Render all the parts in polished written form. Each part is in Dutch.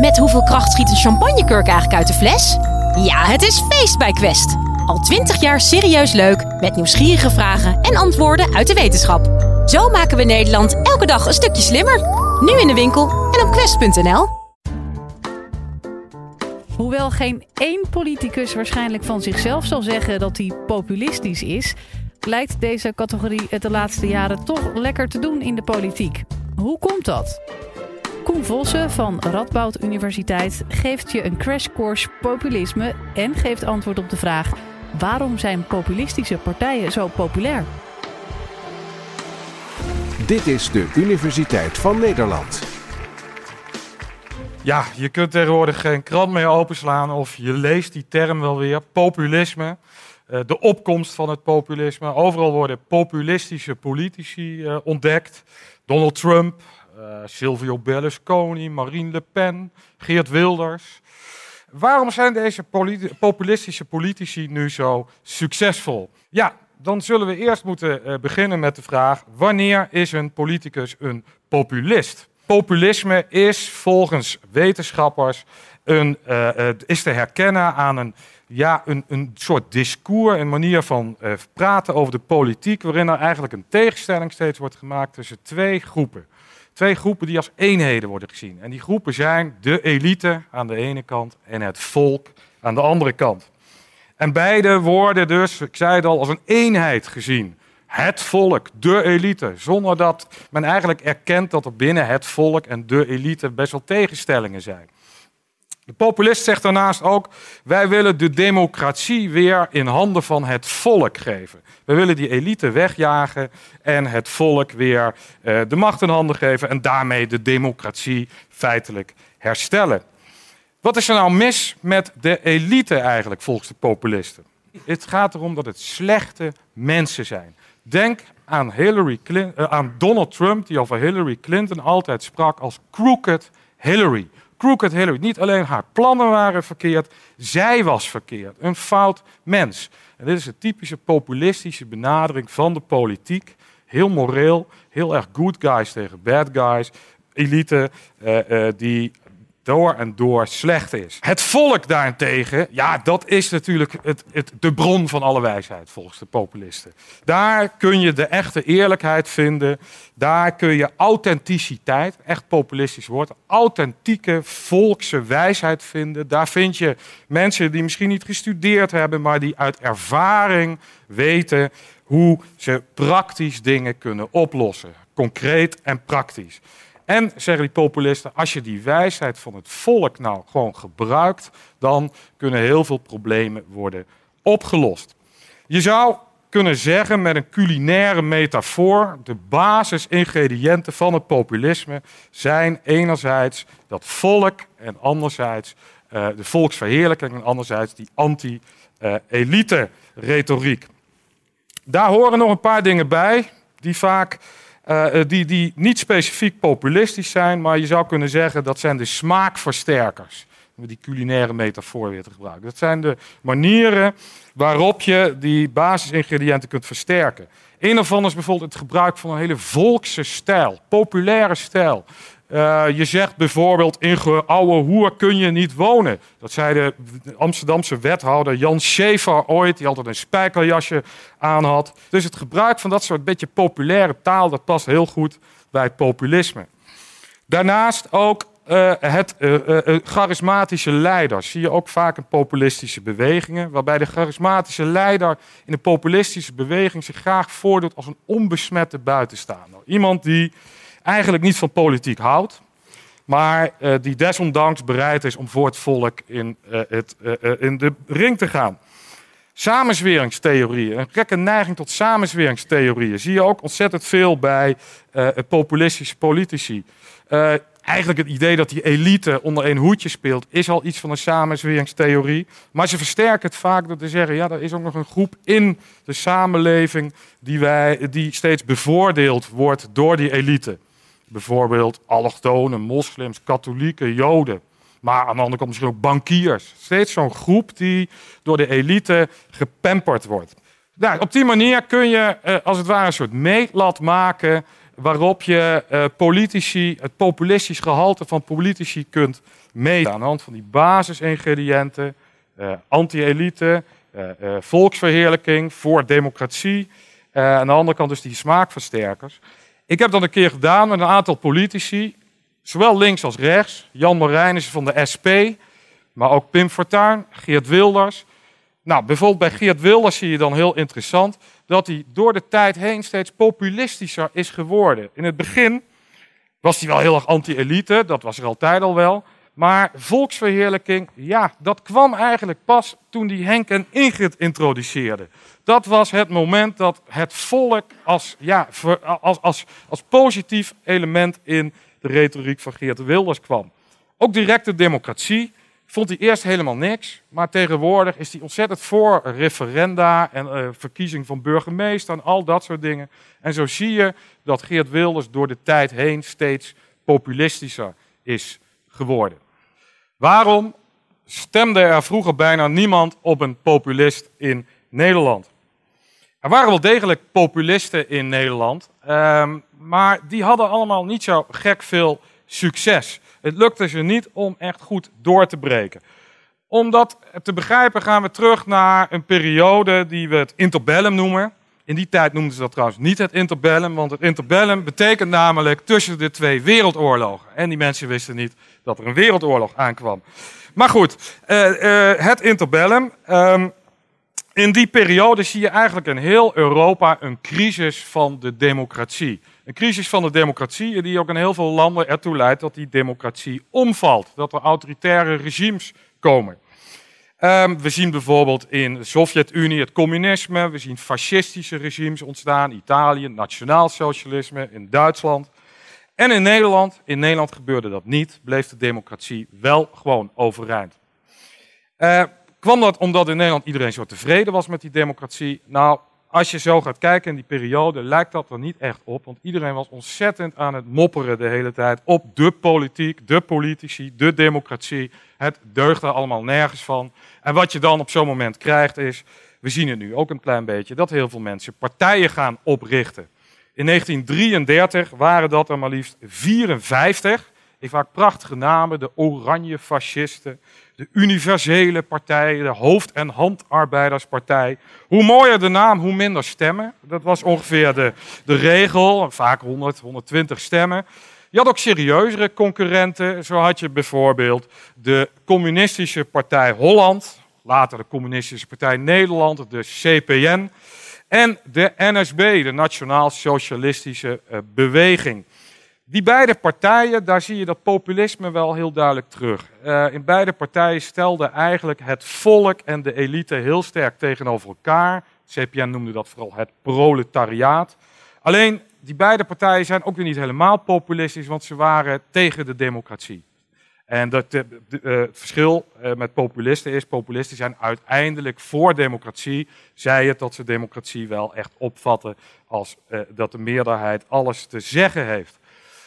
Met hoeveel kracht schiet een champagnekurk eigenlijk uit de fles? Ja, het is feest bij Quest. Al 20 jaar serieus leuk, met nieuwsgierige vragen en antwoorden uit de wetenschap. Zo maken we Nederland elke dag een stukje slimmer. Nu in de winkel en op quest.nl. Hoewel geen één politicus waarschijnlijk van zichzelf zal zeggen dat hij populistisch is, lijkt deze categorie het de laatste jaren toch lekker te doen in de politiek. Hoe komt dat? Koen Vossen van Radboud Universiteit geeft je een crashcourse populisme en geeft antwoord op de vraag: waarom zijn populistische partijen zo populair? Dit is de Universiteit van Nederland. Ja, je kunt tegenwoordig geen krant meer openslaan of je leest die term wel weer. Populisme, de opkomst van het populisme. Overal worden populistische politici ontdekt. Donald Trump, Silvio Berlusconi, Marine Le Pen, Geert Wilders. Waarom zijn deze populistische politici nu zo succesvol? Ja, dan zullen we eerst moeten beginnen met de vraag: wanneer is een politicus een populist? Populisme is volgens wetenschappers is te herkennen aan een soort discours, een manier van praten over de politiek, waarin er eigenlijk een tegenstelling steeds wordt gemaakt tussen twee groepen. Twee groepen die als eenheden worden gezien. En die groepen zijn de elite aan de ene kant en het volk aan de andere kant. En beide worden dus, ik zei het al, als een eenheid gezien. Het volk, de elite, zonder dat men eigenlijk erkent dat er binnen het volk en de elite best wel tegenstellingen zijn. De populist zegt daarnaast ook: wij willen de democratie weer in handen van het volk geven. We willen die elite wegjagen en het volk weer de macht in handen geven en daarmee de democratie feitelijk herstellen. Wat is er nou mis met de elite eigenlijk volgens de populisten? Het gaat erom dat het slechte mensen zijn. Denk aan aan Donald Trump, die over Hillary Clinton altijd sprak als crooked Hillary. Crooked Hillary. Niet alleen haar plannen waren verkeerd, zij was verkeerd. Een fout mens. En dit is een typische populistische benadering van de politiek. Heel moreel, heel erg good guys tegen bad guys. Elite die door en door slecht is. Het volk daarentegen, ja, dat is natuurlijk de bron van alle wijsheid volgens de populisten. Daar kun je de echte eerlijkheid vinden. Daar kun je authenticiteit, echt populistisch woord, authentieke volkse wijsheid vinden. Daar vind je mensen die misschien niet gestudeerd hebben, maar die uit ervaring weten hoe ze praktisch dingen kunnen oplossen. Concreet en praktisch. En, zeggen die populisten, als je die wijsheid van het volk nou gewoon gebruikt, dan kunnen heel veel problemen worden opgelost. Je zou kunnen zeggen met een culinaire metafoor: de basisingrediënten van het populisme zijn enerzijds dat volk en anderzijds de volksverheerlijking en anderzijds die anti-elite-retoriek. Daar horen nog een paar dingen bij die vaak die niet specifiek populistisch zijn, maar je zou kunnen zeggen dat zijn de smaakversterkers. Om die culinaire metafoor weer te gebruiken. Dat zijn de manieren waarop je die basisingrediënten kunt versterken. Een daarvan is bijvoorbeeld het gebruik van een hele volkse stijl, populaire stijl. Je zegt bijvoorbeeld: in oude hoer kun je niet wonen. Dat zei de Amsterdamse wethouder Jan Schäfer ooit, die altijd een spijkerjasje aan had. Dus het gebruik van dat soort beetje populaire taal, dat past heel goed bij het populisme. Daarnaast ook charismatische leiders. Zie je ook vaak in populistische bewegingen, waarbij de charismatische leider in een populistische beweging zich graag voordoet als een onbesmette buitenstaander. Iemand die eigenlijk niet van politiek houdt, maar die desondanks bereid is om voor het volk in de ring te gaan. Samenzweringstheorieën, een gekke neiging tot samenzweringstheorieën, zie je ook ontzettend veel bij populistische politici. Eigenlijk het idee dat die elite onder één hoedje speelt, is al iets van een samenzweringstheorie. Maar ze versterken het vaak door te zeggen: ja, er is ook nog een groep in de samenleving die steeds bevoordeeld wordt door die elite. Bijvoorbeeld allochtonen, moslims, katholieken, joden. Maar aan de andere kant misschien ook bankiers. Steeds zo'n groep die door de elite gepamperd wordt. Nou, op die manier kun je als het ware een soort meetlat maken waarop je het populistisch gehalte van politici kunt meten. Aan de hand van die basisingrediënten, anti-elite, volksverheerlijking, voor democratie. Aan de andere kant dus die smaakversterkers. Ik heb dat een keer gedaan met een aantal politici, zowel links als rechts. Jan Marijnissen van de SP, maar ook Pim Fortuyn, Geert Wilders. Nou, bijvoorbeeld bij Geert Wilders zie je dan heel interessant dat hij door de tijd heen steeds populistischer is geworden. In het begin was hij wel heel erg anti-elite, dat was er altijd al wel. Maar volksverheerlijking, ja, dat kwam eigenlijk pas toen hij Henk en Ingrid introduceerde. Dat was het moment dat het volk als positief element in de retoriek van Geert Wilders kwam. Ook directe democratie vond hij eerst helemaal niks, maar tegenwoordig is hij ontzettend voor referenda en verkiezing van burgemeester en al dat soort dingen. En zo zie je dat Geert Wilders door de tijd heen steeds populistischer is geworden. Waarom stemde er vroeger bijna niemand op een populist in Nederland? Er waren wel degelijk populisten in Nederland, maar die hadden allemaal niet zo gek veel succes. Het lukte ze niet om echt goed door te breken. Om dat te begrijpen gaan we terug naar een periode die we het interbellum noemen. In die tijd noemden ze dat trouwens niet het interbellum, want het interbellum betekent namelijk tussen de 2 wereldoorlogen. En die mensen wisten niet dat er een wereldoorlog aankwam. Maar goed, het interbellum. In die periode zie je eigenlijk in heel Europa een crisis van de democratie. Een crisis van de democratie die ook in heel veel landen ertoe leidt dat die democratie omvalt. Dat er autoritaire regimes komen. We zien bijvoorbeeld in de Sovjet-Unie het communisme. We zien fascistische regimes ontstaan. Italië, nationaalsocialisme, in Duitsland. En in Nederland gebeurde dat niet. Bleef de democratie wel gewoon overeind. Kwam dat omdat in Nederland iedereen zo tevreden was met die democratie? Nou, als je zo gaat kijken in die periode, lijkt dat er niet echt op. Want iedereen was ontzettend aan het mopperen de hele tijd op de politiek, de politici, de democratie. Het deugde allemaal nergens van. En wat je dan op zo'n moment krijgt is, we zien het nu ook een klein beetje, dat heel veel mensen partijen gaan oprichten. In 1933 waren dat er maar liefst 54. Vaak prachtige namen, de Oranje Fascisten, de Universele Partij, de Hoofd- en Handarbeiderspartij. Hoe mooier de naam, hoe minder stemmen. Dat was ongeveer de regel, vaak 100, 120 stemmen. Je had ook serieuzere concurrenten, zo had je bijvoorbeeld de Communistische Partij Holland, later de Communistische Partij Nederland, de CPN, en de NSB, de Nationaal Socialistische Beweging. Die beide partijen, daar zie je dat populisme wel heel duidelijk terug. In beide partijen stelde eigenlijk het volk en de elite heel sterk tegenover elkaar. CPN noemde dat vooral het proletariaat. Alleen, die beide partijen zijn ook weer niet helemaal populistisch, want ze waren tegen de democratie. En het verschil met populisten is, populisten zijn uiteindelijk voor democratie. Zij het dat ze democratie wel echt opvatten als dat de meerderheid alles te zeggen heeft.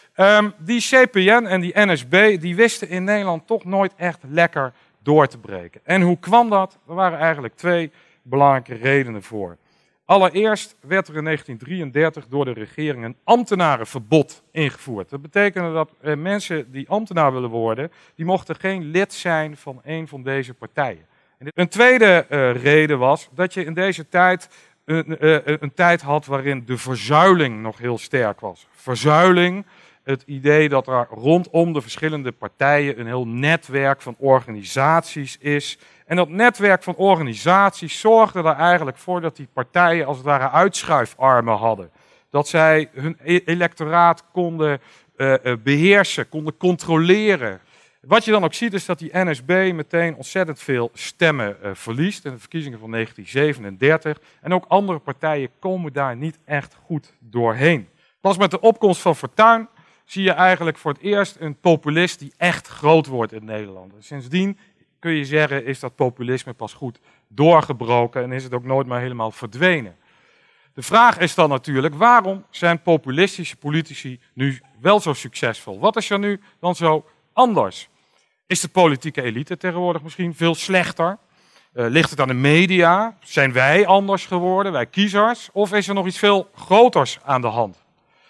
Die CPN en die NSB die wisten in Nederland toch nooit echt lekker door te breken. En hoe kwam dat? Er waren eigenlijk 2 belangrijke redenen voor. Allereerst werd er in 1933 door de regering een ambtenarenverbod ingevoerd. Dat betekende dat mensen die ambtenaar willen worden, die mochten geen lid zijn van een van deze partijen. En een tweede reden was dat je in deze tijd een tijd had waarin de verzuiling nog heel sterk was. Verzuiling. Het idee dat er rondom de verschillende partijen een heel netwerk van organisaties is. En dat netwerk van organisaties zorgde er eigenlijk voor dat die partijen als het ware uitschuifarmen hadden. Dat zij hun electoraat konden beheersen, konden controleren. Wat je dan ook ziet is dat die NSB meteen ontzettend veel stemmen verliest in de verkiezingen van 1937. En ook andere partijen komen daar niet echt goed doorheen. Pas met de opkomst van Fortuyn zie je eigenlijk voor het eerst een populist die echt groot wordt in Nederland. En sindsdien kun je zeggen is dat populisme pas goed doorgebroken en is het ook nooit meer helemaal verdwenen. De vraag is dan natuurlijk, waarom zijn populistische politici nu wel zo succesvol? Wat is er nu dan zo anders? Is de politieke elite tegenwoordig misschien veel slechter? Ligt het aan de media? Zijn wij anders geworden, wij kiezers? Of is er nog iets veel groters aan de hand?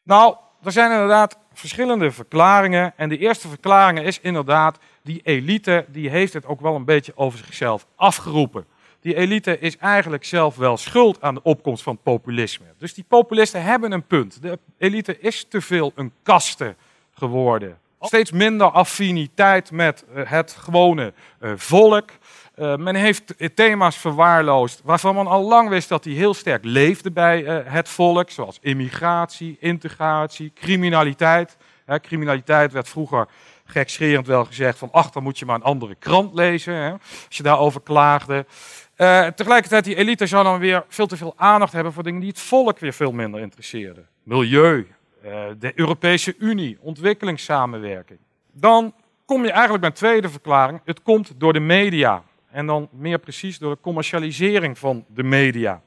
Nou, er zijn inderdaad verschillende verklaringen. En de eerste verklaring is inderdaad, die elite die heeft het ook wel een beetje over zichzelf afgeroepen. Die elite is eigenlijk zelf wel schuld aan de opkomst van het populisme. Dus die populisten hebben een punt. De elite is te veel een kaste geworden. Steeds minder affiniteit met het gewone volk. Men heeft thema's verwaarloosd waarvan men al lang wist dat die heel sterk leefden bij het volk. Zoals immigratie, integratie, criminaliteit. Criminaliteit werd vroeger gekscherend wel gezegd van dan moet je maar een andere krant lezen. Als je daarover klaagde. Tegelijkertijd die elite zou dan weer veel te veel aandacht hebben voor dingen die het volk weer veel minder interesseerden. Milieu, de Europese Unie, ontwikkelingssamenwerking. Dan kom je eigenlijk bij een tweede verklaring. Het komt door de media. En dan meer precies door de commercialisering van de media.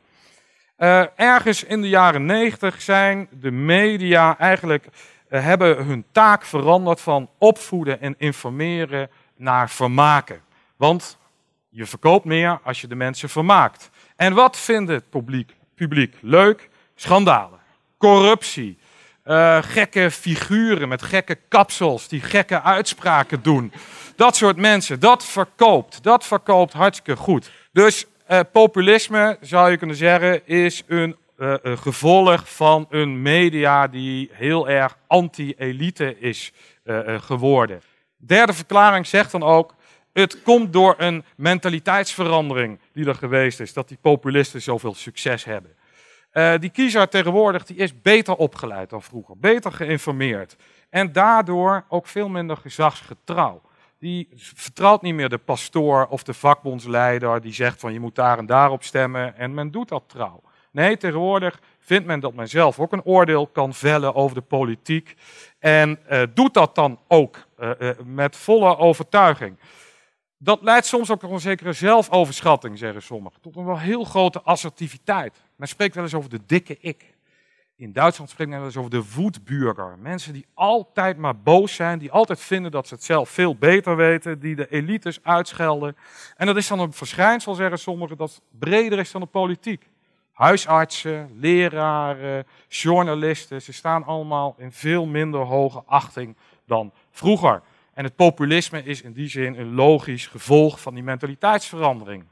Ergens in de jaren 90 zijn de media eigenlijk hebben hun taak veranderd van opvoeden en informeren naar vermaken. Want je verkoopt meer als je de mensen vermaakt. En wat vindt het publiek leuk? Schandalen, corruptie, gekke figuren met gekke kapsels die gekke uitspraken doen. Dat soort mensen, dat verkoopt hartstikke goed. Dus populisme, zou je kunnen zeggen, is een gevolg van een media die heel erg anti-elite is geworden. Derde verklaring zegt dan ook, het komt door een mentaliteitsverandering die er geweest is, dat die populisten zoveel succes hebben. Die kiezer tegenwoordig die is beter opgeleid dan vroeger, beter geïnformeerd. En daardoor ook veel minder gezagsgetrouw. Die vertrouwt niet meer de pastoor of de vakbondsleider die zegt van je moet daar en daarop stemmen en men doet dat trouw. Nee, tegenwoordig vindt men dat men zelf ook een oordeel kan vellen over de politiek en doet dat dan ook met volle overtuiging. Dat leidt soms ook tot een zekere zelfoverschatting, zeggen sommigen, tot een wel heel grote assertiviteit. Men spreekt wel eens over de dikke ik. In Duitsland spreekt men wel eens over de Wutbürger. Mensen die altijd maar boos zijn, die altijd vinden dat ze het zelf veel beter weten, die de elites uitschelden. En dat is dan een verschijnsel, zeggen sommigen, dat breder is dan de politiek. Huisartsen, leraren, journalisten, ze staan allemaal in veel minder hoge achting dan vroeger. En het populisme is in die zin een logisch gevolg van die mentaliteitsverandering.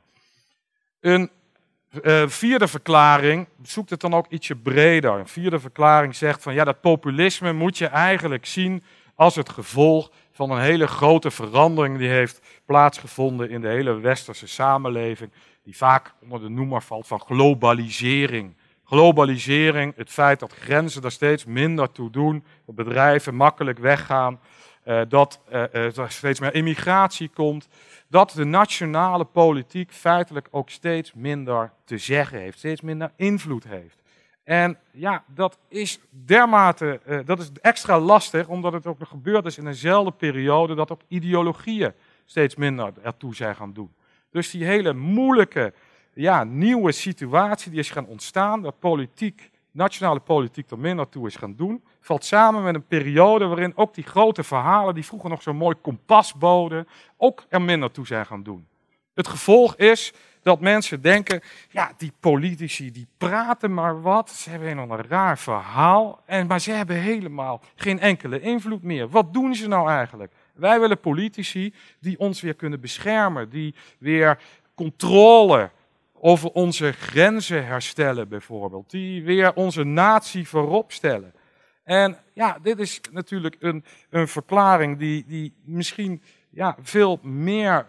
Een vierde verklaring zoekt het dan ook ietsje breder. Een vierde verklaring zegt van ja, dat populisme moet je eigenlijk zien als het gevolg van een hele grote verandering die heeft plaatsgevonden in de hele westerse samenleving, die vaak onder de noemer valt van globalisering. Globalisering, het feit dat grenzen daar steeds minder toe doen, dat bedrijven makkelijk weggaan, dat er steeds meer immigratie komt, dat de nationale politiek feitelijk ook steeds minder te zeggen heeft, steeds minder invloed heeft. En ja, dat is dermate, dat is extra lastig, omdat het ook nog gebeurd is in dezelfde periode dat ook ideologieën steeds minder ertoe zijn gaan doen. Dus die hele moeilijke, nieuwe situatie die is gaan ontstaan, dat nationale politiek er minder toe is gaan doen, valt samen met een periode waarin ook die grote verhalen, die vroeger nog zo'n mooi kompas boden, ook er minder toe zijn gaan doen. Het gevolg is dat mensen denken, ja, die politici die praten maar wat, ze hebben een raar verhaal, maar ze hebben helemaal geen enkele invloed meer. Wat doen ze nou eigenlijk? Wij willen politici die ons weer kunnen beschermen, die weer controle over onze grenzen herstellen bijvoorbeeld, die weer onze natie voorop stellen. En ja, dit is natuurlijk een verklaring die misschien veel meer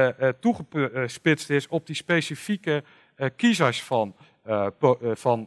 toegespitst is op die specifieke kiezers van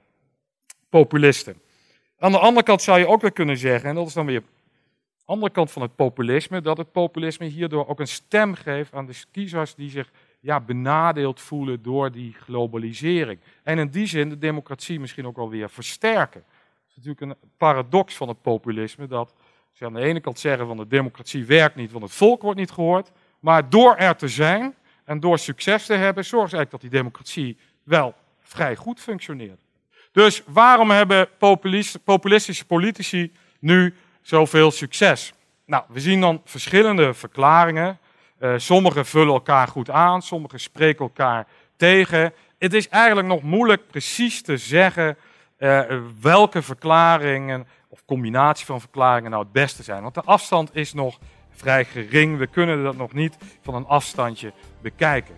populisten. Aan de andere kant zou je ook weer kunnen zeggen, en dat is dan weer de andere kant van het populisme, dat het populisme hierdoor ook een stem geeft aan de kiezers die zich benadeeld voelen door die globalisering. En in die zin de democratie misschien ook wel weer versterken. Het is natuurlijk een paradox van het populisme, dat ze aan de ene kant zeggen van de democratie werkt niet, want het volk wordt niet gehoord, maar door er te zijn en door succes te hebben, zorgt ze eigenlijk dat die democratie wel vrij goed functioneert. Dus waarom hebben populistische politici nu zoveel succes? Nou, we zien dan verschillende verklaringen. Sommigen vullen elkaar goed aan, sommigen spreken elkaar tegen. Het is eigenlijk nog moeilijk precies te zeggen welke verklaringen of combinatie van verklaringen nou het beste zijn. Want de afstand is nog vrij gering. We kunnen dat nog niet van een afstandje bekijken.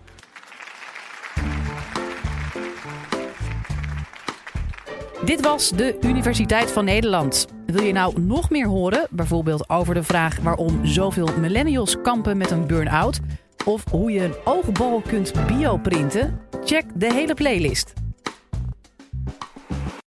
Dit was de Universiteit van Nederland. Wil je nou nog meer horen? Bijvoorbeeld over de vraag waarom zoveel millennials kampen met een burn-out? Of hoe je een oogbal kunt bioprinten? Check de hele playlist.